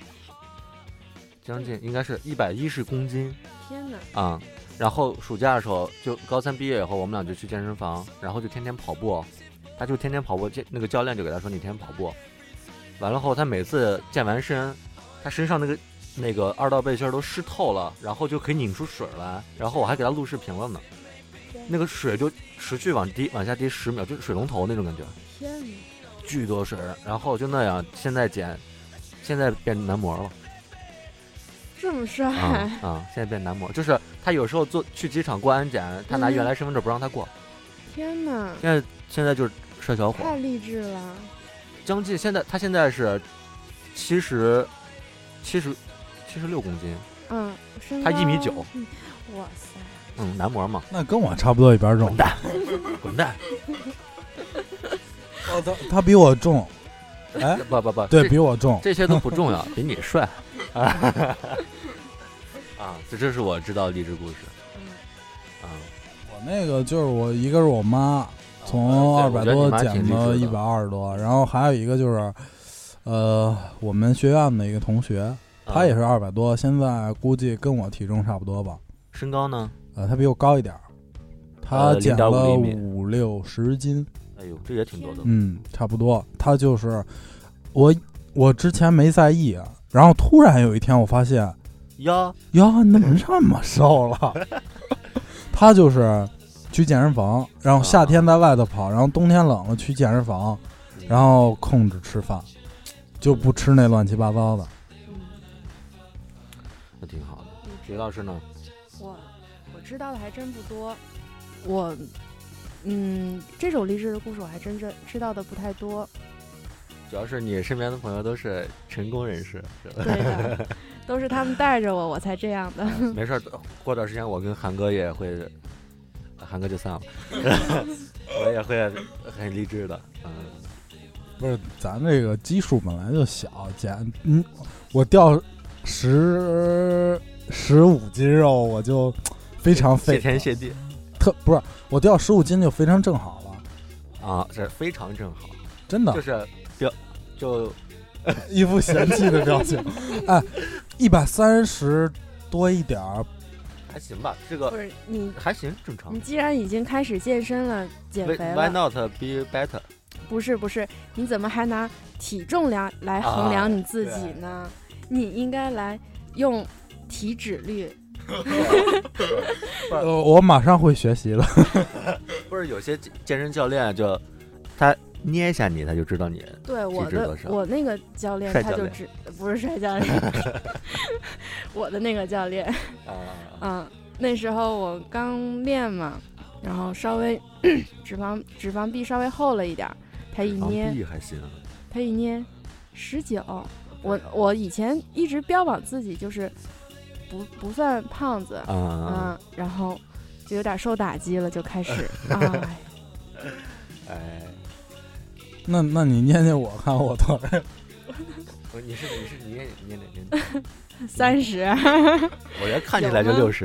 将近应该是一百一十公斤天哪！ 啊、嗯。然后暑假的时候，就高三毕业以后，我们俩就去健身房，然后就天天跑步，他就天天跑步，健那个教练就给他说你天天跑步，完了后他每次健完身，他身上那个那个二道背心都湿透了，然后就可以拧出水来，然后我还给他录视频了呢，那个水就持续往滴往下滴十秒，就是水龙头那种感觉， 天哪！ 巨多水，然后就那样，现在减，现在变男模了。 这么帅啊、嗯嗯、现在变男模，就是他有时候坐去机场过安检，他拿原来身份证不让他过。 天哪！ 现在现在就是帅小伙， 太励志了。 将近现在他现在是七十七十七十六公斤， 嗯，身他高一米九。 嗯哇塞！ 嗯，男模嘛。 那跟我差不多一边重。 滚蛋，滚蛋！ 哦，他他比我重。哎， 不不不， 对这比我重， 这些都不重要，比你帅。啊，啊，这这是我知道励志故事。 嗯啊， 我那个就是我一个是我妈从二百多减到一百二十多，然后还有一个就是，呃，我们学院的一个同学，他也是二百多，现在估计跟我体重差不多吧。 身高呢？ 呃，他比我高一点，他减了呃零点五厘米五六十斤。 哎呦，这也挺多的。 嗯，差不多。他就是我，我之前没在意啊，然后突然有一天我发现， 呀呀，你怎么这么瘦了？他就是去健身房，然后夏天在外头跑，然后冬天冷了去健身房，然后控制吃饭，就不吃那乱七八糟的。 嗯， 那挺好的。徐老师呢？ 我我知道的还真不多，我嗯这种励志的故事我还真正知道的不太多。 主要是你身边的朋友都是成功人士，是吧？ 对的，都是他们带着我，我才这样的。 没事儿，过段时间我跟韩哥也会，韩哥就散了，我也会很励志的。嗯， 不是，咱这个基数本来就小，减嗯，我掉十十五斤肉，我就非常费谢天谢地特不是我掉十五斤就非常正好了啊，是非常正好， 真的就是表就一副嫌弃的表情。哎，一百三十多一点儿， 还行吧，这个不是你， 还行，正常你。既然已经开始健身了，减 Why 肥 why 了， not be better？ 不是不是，你怎么还拿体重量来衡量你自己呢？你应该来用体脂率。 呃，我马上会学习了。 不是有些健身教练就他捏一下你，他就知道你对我的体脂多少我那个教练帅教练他就知不是帅教练，我的那个教练， 啊嗯，那时候我刚练嘛，然后稍微脂肪脂肪壁稍微厚了一点儿，他一捏臂还行， 他一捏十九，我我以前一直标榜自己就是不不算胖子， 啊嗯，然后就有点受打击了，就开始哎， 哎， 那那你念念我看我多少？ 不是你是你是你捏你捏哪捏？ 三十， 我觉得看起来就有吗六十，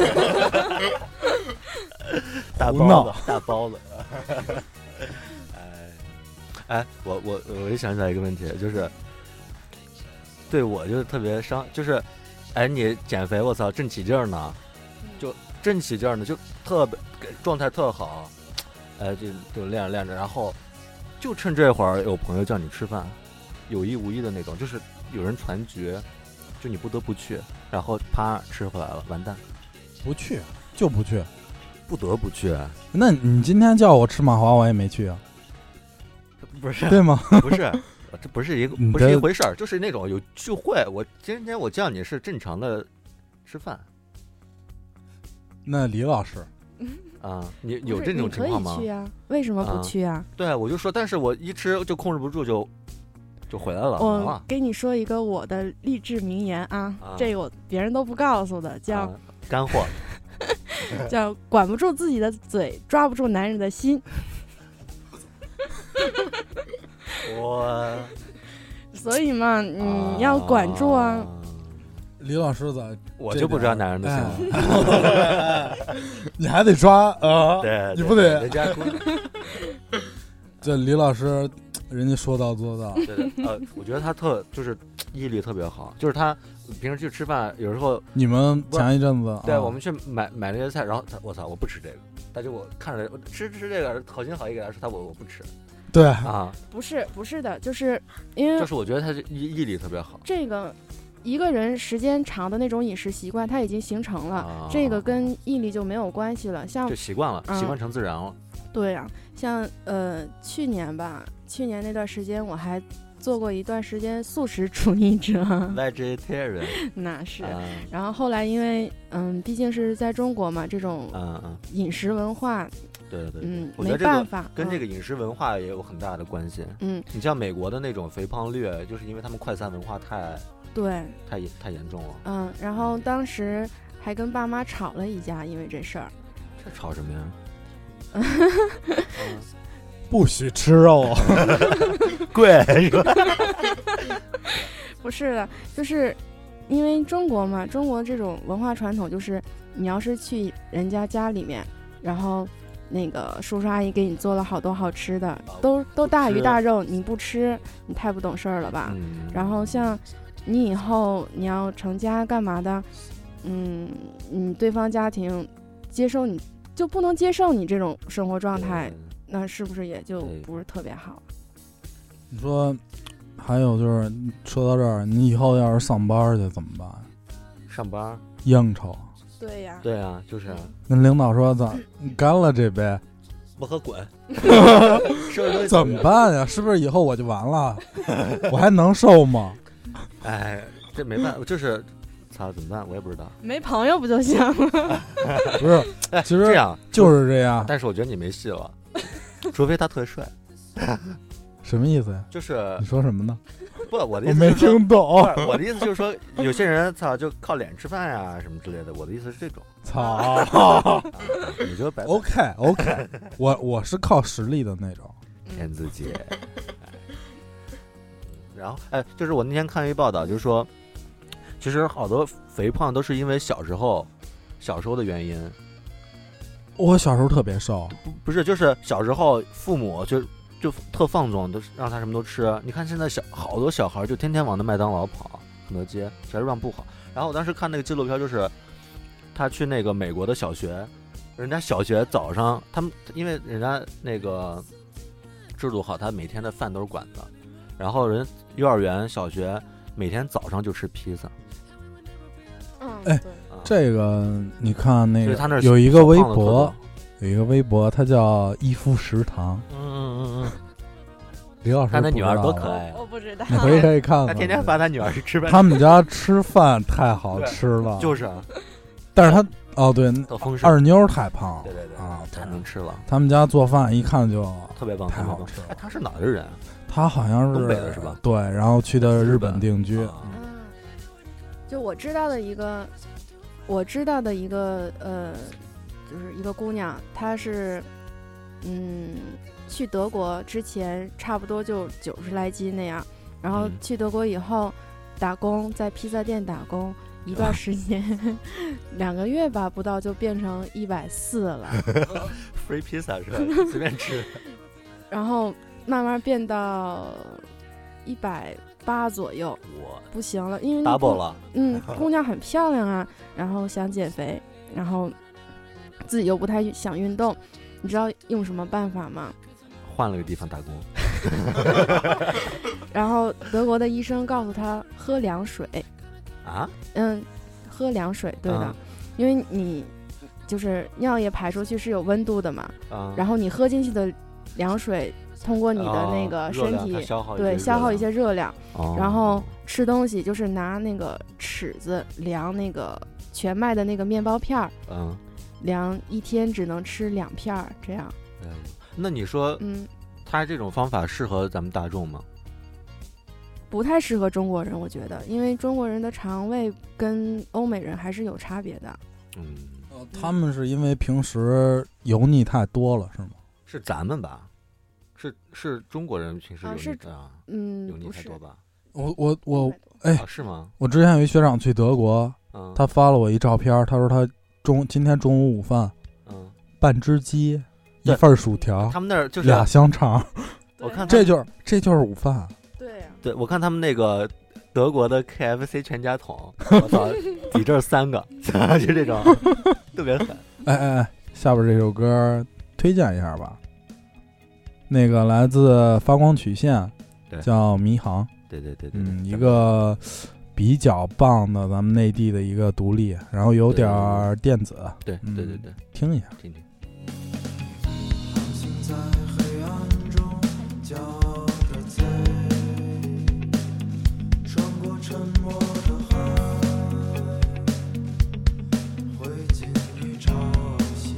大胡包闹子大包子。哎哎，我我我就想起来一个问题，就是对我就是特别伤，就是哎你减肥我操正起劲儿呢，就正起劲儿呢，就特别状态特好，哎就就练着练着，然后就趁这会儿有朋友叫你吃饭，有意无意的那种，就是有人攒局，就你不得不去，然后啪吃回来了，完蛋。 不去就不去。 不得不去。 那你今天叫我吃马华，我也没去啊， 不是对吗？ 不是，这不是一个你不是一这回事儿，就是那种有聚会。我今天我叫你是正常的吃饭那李老师， 啊，你不有这是你可以种情况吗？ 去啊，为什么不去啊？ 对，我就说，但是我一吃就控制不住就就回来了，完我了。 给你说一个我的励志名言啊， 啊这个我别人都不告诉的，叫、 啊干货。 叫管不住自己的嘴，抓不住男人的心。 我所以嘛，你要管住啊。 李老师咋？ 我就不知道男人的心了。 哎你还得抓啊！ 对， 你不得人家姑这李老师，人家说到做到。 对对，呃，我觉得他特就是毅力特别好，就是他平时去吃饭，有时候你们前一阵子，啊对我们去买买那些菜，然后他我操，我不吃这个，他就我看着我吃吃这个，好心好意给他说，他我我不吃对啊， 不是不是的，就是因为就是我觉得他是毅毅力特别好。 这个一个人时间长的那种饮食习惯，他已经形成了， 啊这个跟毅力就没有关系了。像就习惯了， 嗯习惯成自然了。 对啊，像呃去年吧，去年那段时间我还做过一段时间素食主义者， vegetarian 那是。 啊然后后来因为嗯，毕竟是在中国嘛，这种嗯嗯， 饮食文化， 对对对， 嗯， 我觉得这个没办法， 跟这个个饮食文化也有很大的关系。 嗯， 你像美国的那种肥胖率，就是因为他们快餐文化太对， 太严太严重了。 嗯，然后当时还跟爸妈吵了一架，因为这事儿。 这吵什么呀？ 不许吃肉， 贵是吧？ 不是的，就是因为中国嘛，中国这种文化传统就是，你要是去人家家里面，然后那个叔叔阿姨给你做了好多好吃的，都都大鱼大肉，你不吃，你太不懂事儿了吧？ 嗯， 然后像你以后你要成家干嘛的，嗯，你对方家庭接受你就不能接受你这种生活状态，那是不是也就对不是特别好？ 你说，还有就是说到这儿，你以后要是上班去怎么办？ 上班， 应酬， 对呀， 对啊，就是跟领导说咋你干了这杯， 不喝滚，是不是怎么？办呀？是不是以后我就完了？我还能瘦吗？ 哎，这没办法，就是，操，怎么办？我也不知道。 没朋友不就行了？ 不是， 哎， 其实这样就是这样。 但是我觉得你没戏了，除非他特帅。 什么意思呀？ 就是你说什么呢？ 不，我的我没意思是说听懂。 不是我的意思就是说，有些人操就靠脸吃饭呀、什么之类的。我的意思是这种， 操啊你就白 ！OK OK，我我是靠实力的那种。 骗自己。哎然后，哎，就是我那天看一报道，就是说，其实好多肥胖都是因为小时候，小时候的原因。 我小时候特别瘦， 不不是，就是小时候父母就就特放纵，都是让他什么都吃。你看现在小好多小孩就天天往那麦当劳跑、肯德基，其实让不好。然后我当时看那个纪录片，就是他去那个美国的小学，人家小学早上他们因为人家那个制度好，他每天的饭都是管的。然后人幼儿园、小学每天早上就吃披萨。 嗯， 哎对， 啊这个你看那个所以他那儿有一个微小胖子特博多， 有一个微博，它叫一夫食堂。 嗯嗯嗯嗯， 李老师看他女儿不知道吧多可爱啊！ 我不知道。 你回去可以看看。 他天天发他女儿去吃饭， 他们家吃饭太好吃了， 就是啊但是他哦对， 特丰盛。 二妞儿太胖了， 对对对啊， 太能吃了， 他们家做饭一看就特别棒，特别棒太好吃。了哎，。他是哪儿的人啊？ 他好像是东北的是吧？ 对，然后去的日本定居。 啊嗯，就我知道的一个，我知道的一个呃，就是一个姑娘，她是嗯去德国之前差不多就九十来斤那样，然后嗯去德国以后打工，在披萨店打工。一段时间，两个月吧，不到就变成一百四了， ，free pizza 是吧？随便吃。 然后慢慢变到一百八左右， 我不行了，因为那 double 姑了， 嗯，姑娘很漂亮啊，然后想减肥，然后自己又不太想运动，你知道用什么办法吗？ 换了个地方打工。 然后德国的医生告诉她喝凉水， 啊？ 嗯，喝凉水，对的， 嗯因为你就是尿液排出去是有温度的嘛， 啊， 然后你喝进去的凉水通过你的那哦个热量身体， 它消耗对，消耗一些热量， 哦然后吃东西就是拿那个尺子量那个全麦的那个面包片儿， 嗯， 量一天只能吃两片儿，这样。 哎那你说嗯， 他这种方法适合咱们大众吗？ 不太适合中国人，我觉得，因为中国人的肠胃跟欧美人还是有差别的。 嗯， 呃他们是因为平时油腻太多了，是吗？ 是咱们吧？是是中国人平时有啊是腻啊， 嗯， 油腻不是太多吧？ 我我我，哎啊，是吗？ 我之前有一学长去德国， 嗯， 他发了我一照片，他说他中今天中午午饭嗯， 半只鸡，一对份薯条， 他们那儿就是俩香肠， 我看他们这就是这就是午饭。 对呀、 对，我看他们那个德国的 K F C 全家桶，我操，比这儿三个，就这种特别狠。 哎哎哎，下边这首歌推荐一下吧。那个来自发光曲线， 对叫《迷航》， 对对对对， 嗯， 对一个比较棒的咱们内地的一个独立，然后有点儿电子， 对嗯对对对， 听一下。 听听。 航行在黑暗中，骄傲的贼，穿过沉默的海，汇进与潮汐，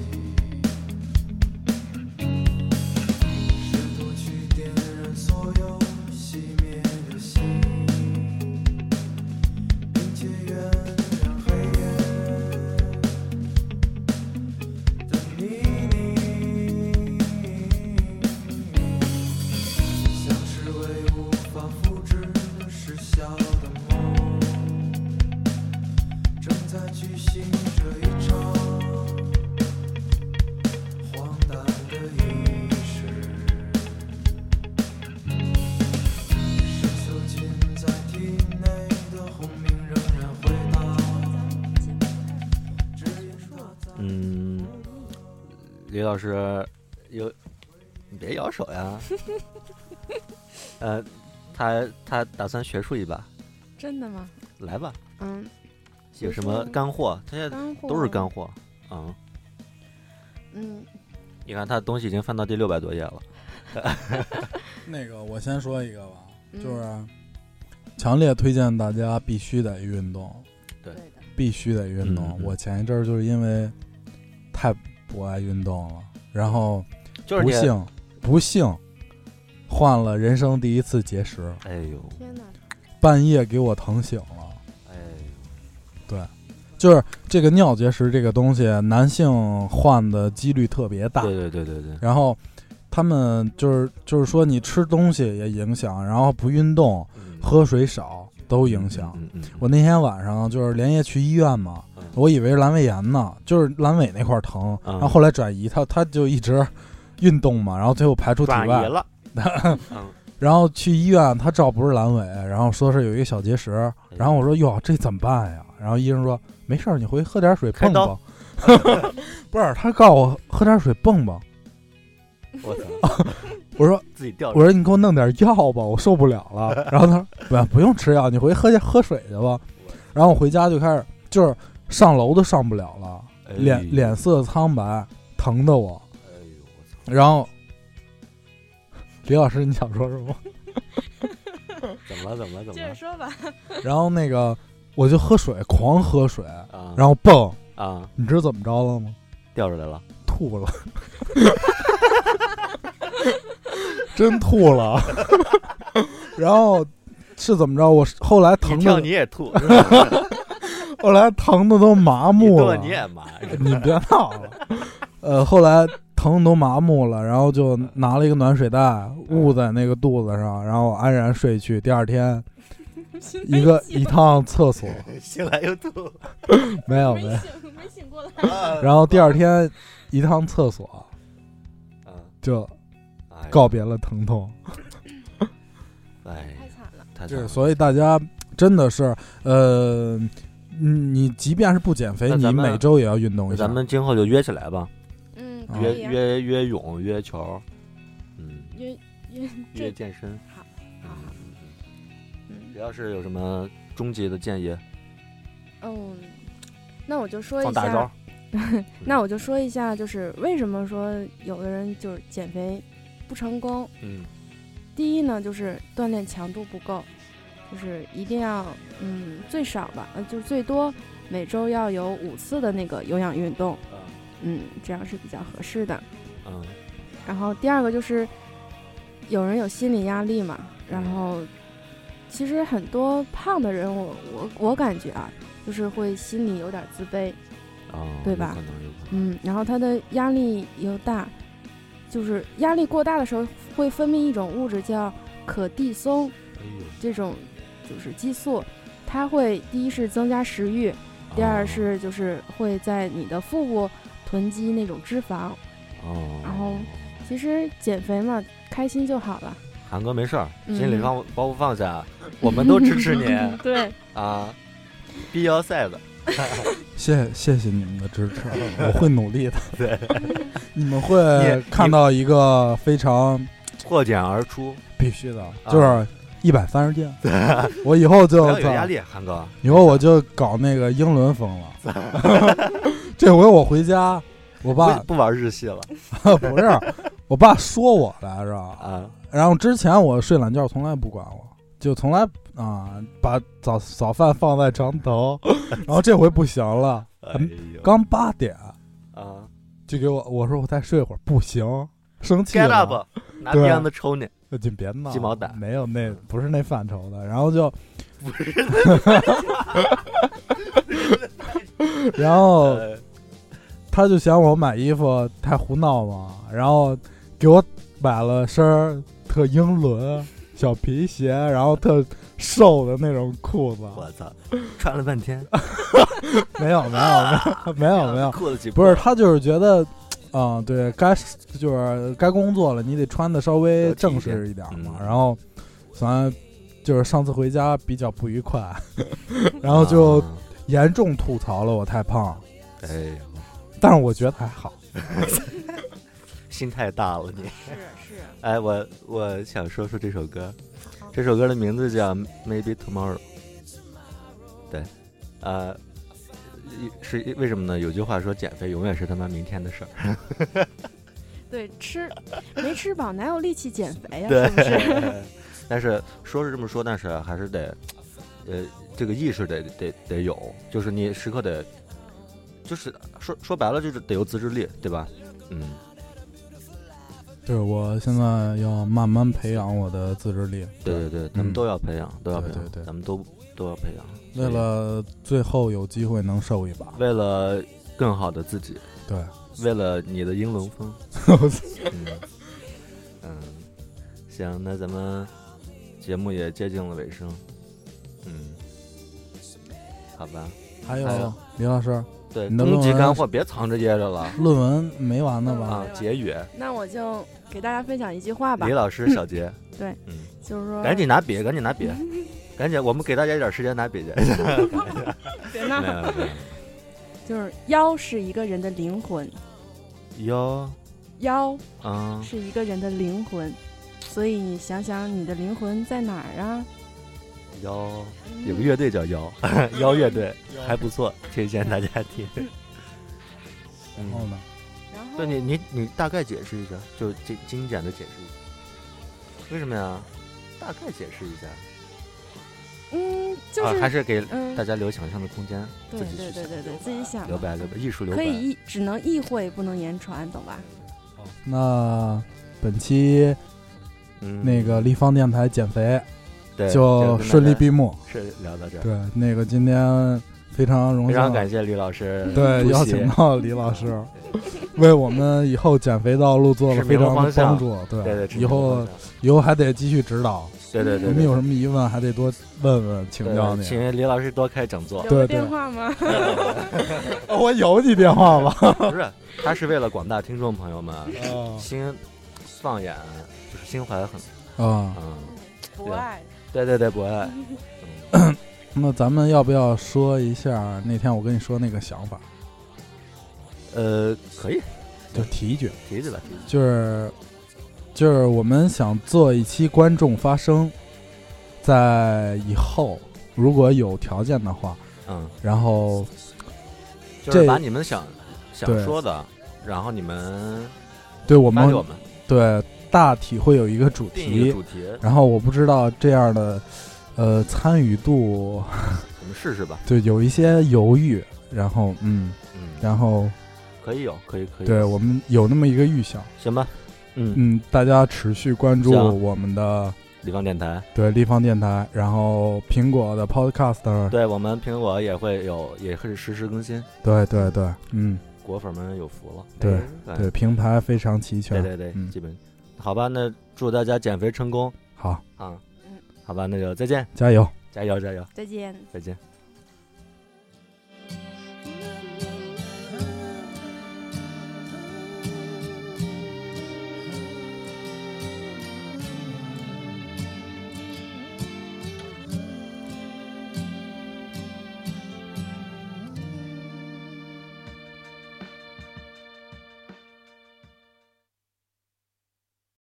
试图去点燃所有熄灭的心，并且原谅黑夜的你。像是为无法复制的失效的梦，正在举行这一场荒诞的仪式。深囚禁在体内的轰鸣仍然回荡，只因它在嗯，李老师有，你别摇手呀。呃，他他打算学术一把， 真的吗？ 来吧， 嗯， 有什么干货？他现在干货都是干货啊、嗯！ 嗯， 你看他东西已经翻到第六百多页了。 那个我先说一个吧， 嗯就是强烈推荐大家必须得运动， 对对的， 必须得运动。 嗯嗯我前一阵儿就是因为太不爱运动了，然后就是你， 不幸不幸患了人生第一次结石， 哎呦， 天哪， 半夜给我疼醒了。 哎就是这个尿结石这个东西，男性患的几率特别大。 对对对对对， 然后他们就是就是说，你吃东西也影响，然后不运动、 嗯喝水少都影响。 嗯嗯嗯我那天晚上就是连夜去医院嘛， 嗯我以为是阑尾炎呢，就是阑尾那块疼， 嗯然后后来转移，他他就一直运动嘛，然后最后排出体外， 转移了。嗯然后去医院，他照不是阑尾，然后说是有一个小结石，然后我说哟这怎么办呀？然后医生说没事儿，你回去喝点水蹦蹦。不是，他告诉我喝点水蹦蹦。 我操， 我说自己掉。 我说你给我弄点药吧，我受不了了。然后他说不不用吃药，你回去喝喝水去吧。然后我回家就开始就是上楼都上不了了， 哎脸脸色苍白，疼的我。 哎呦我操！ 然后李老师你想说什么？ 怎么了？怎么了？怎么了？ 接着说吧。 然后那个我就喝水，狂喝水， 啊， 然后蹦， 啊， 你知道怎么着了吗？ 掉出来了。 吐了，真吐了。然后是怎么着？我后来疼的你跳你，也吐，是吧后来疼的都麻你木了。 吐你也麻。 你别闹了。呃，后来疼都麻木了，然后就拿了一个暖水袋捂在那个肚子上，然后安然睡去。第二天，一个一趟厕所， 醒来又吐。 没有没有。 醒，没醒过来。 然后第二天一趟厕所嗯， 就哎呀告别了疼痛。 哎， 太惨了。 太惨了。 这所以大家真的是，呃，嗯你即便是不减肥，你那咱们每周也要运动一下。 咱们今后就约起来吧， 嗯， 啊约可以啊。 约约泳、约球，嗯， 约约约这健身。 好， 嗯好好， 嗯嗯嗯只要是有什么终极的建议， 嗯，那我就说一放大招下， 那我就说一下，就是为什么说有的人就是减肥不成功。 嗯第一呢，就是锻炼强度不够，就是一定要嗯最少吧，呃就是最多每周要有五次的那个有氧运动，嗯，这样是比较合适的。 嗯然后第二个就是有人有心理压力嘛，然后其实很多胖的人我，我我感觉啊，就是会心里有点自卑， 哦， 对吧有可能有可能。 嗯，然后他的压力又大，就是压力过大的时候会分泌一种物质叫可地松， 哎呦， 这种就是激素，它会第一是增加食欲，第二哦是就是会在你的腹部囤积那种脂肪。 哦， 然后其实减肥嘛，开心就好了。 韩哥没事儿， 嗯心里放包袱放下，我们都支持你对， 啊，必要赛的。 谢谢谢你们的支持，我会努力的。 对， 你们会你看到一个非常破茧而出， 必须的，就是一百三十斤。我以后不就要有压力，韩哥。 以后我就搞那个英伦风了。这回我回家，我爸不不玩日系了不是，我爸说我来着。 啊？ 然后之前我睡懒觉从来不管我，就从来啊把早早饭放在床头，然后这回不行了， 哎呦， 刚八点啊就给我我说我再睡会儿，不行，生气 ，get 了。 up，拿对鞭子抽你， 那就别闹， 鸡毛掸没有那不是那范畴的，然后就不是， 然后呃他就嫌我买衣服太胡闹嘛，然后给我买了身特英伦小皮鞋，然后特瘦的那种裤子。 我操，穿了半天， 没有没有没有没有没有， 裤子几不是他就是觉得，啊、对该就是该工作了，你得穿的稍微正式一点嘛。 嗯然后，咱就是上次回家比较不愉快，然后就啊严重吐槽了我太胖， 哎呦， 但是我觉得还好。 心太大了你。 是是。 哎，我我想说说这首歌，这首歌的名字叫 Maybe Tomorrow。对，呃，一是为什么呢？有句话说，减肥永远是他妈明天的事儿。 对，吃没吃饱哪有力气减肥呀、 对是不是？ 但是说是这么说，但是还是得，呃，这个意识得得得有，就是你时刻得，就是说说白了就是得有自制力，对吧？嗯， 对，我现在要慢慢培养我的自制力。 对对对，咱们都要培养，都要培养， 对对对咱们都都要培养， 为了最后有机会能瘦一把。 为了更好的自己， 对， 为了你的英伦风。嗯嗯，行，那咱们节目也接近了尾声。嗯，好吧。 还有还有李老师， 对， 你的终极论文干货别藏着掖着了论文没完呢吧？ 啊！结语， 那我就给大家分享一句话吧李，老师小结， 对， 嗯， 就是说， 赶紧拿笔，赶紧拿笔，赶紧，我们给大家一点时间拿笔去。 别闹没，有没有就是腰是一个人的灵魂， 腰， 腰嗯， 是一个人的灵魂，所以你想想你的灵魂在哪儿啊？ 腰有个乐队叫腰，腰乐队还不错，推荐大家听。嗯， 然后呢？ 然后对你你你大概解释一下，就精精简的解释一下，为什么呀？大概解释一下， 嗯，就啊， 是、 还是给嗯大家留想象的空间， 对自己去想对对对对，自己想吧留白留白，艺术留白。 可以意只能意会不能言传，懂吧？ 那本期嗯， 那个立方电台减肥对就跟大顺利家闭幕。 是聊到这儿， 对，那个今天非常荣非幸， 常感谢李老师对出席邀请到李老师，为我们以后减肥道路做了非常的帮助。对对对，指以后明方向以后还得继续指导。 对对对， 我们有什么疑问还得多问问，请对教你。 请李老师多开讲座。 有个对对电话吗？ 我有你电话吗？ 不是，他是为了广大听众朋友们啊心放眼，就是心怀很啊， 嗯， 不爱。 对对对，博爱。嗯那咱们要不要说一下那天我跟你说那个想法？ 呃，可以就提一句， 提起来，提起就是就是我们想做一期观众发声，在以后如果有条件的话， 嗯， 然后就是这把你们想想说的，然后你们对我们发给我们对大体会有一个主题， 定一个主题， 然后我不知道这样的呃参与度， 我们试试吧。 对，有一些犹豫，然后嗯嗯， 然后可以有，可以可以。 对我们有那么一个预想， 行吧。嗯嗯，大家持续关注行我们的立方电台， 对立方电台，然后苹果的 Podcast， 对我们苹果也会有，也会实时更新。 对对对，嗯， 果粉们有福了。 对哎对，平台非常齐全。 对对对， 嗯基本好吧。那祝大家减肥成功好， 啊！ 嗯， 好吧，那就再见， 加油。 加油加油， 再见。 再见。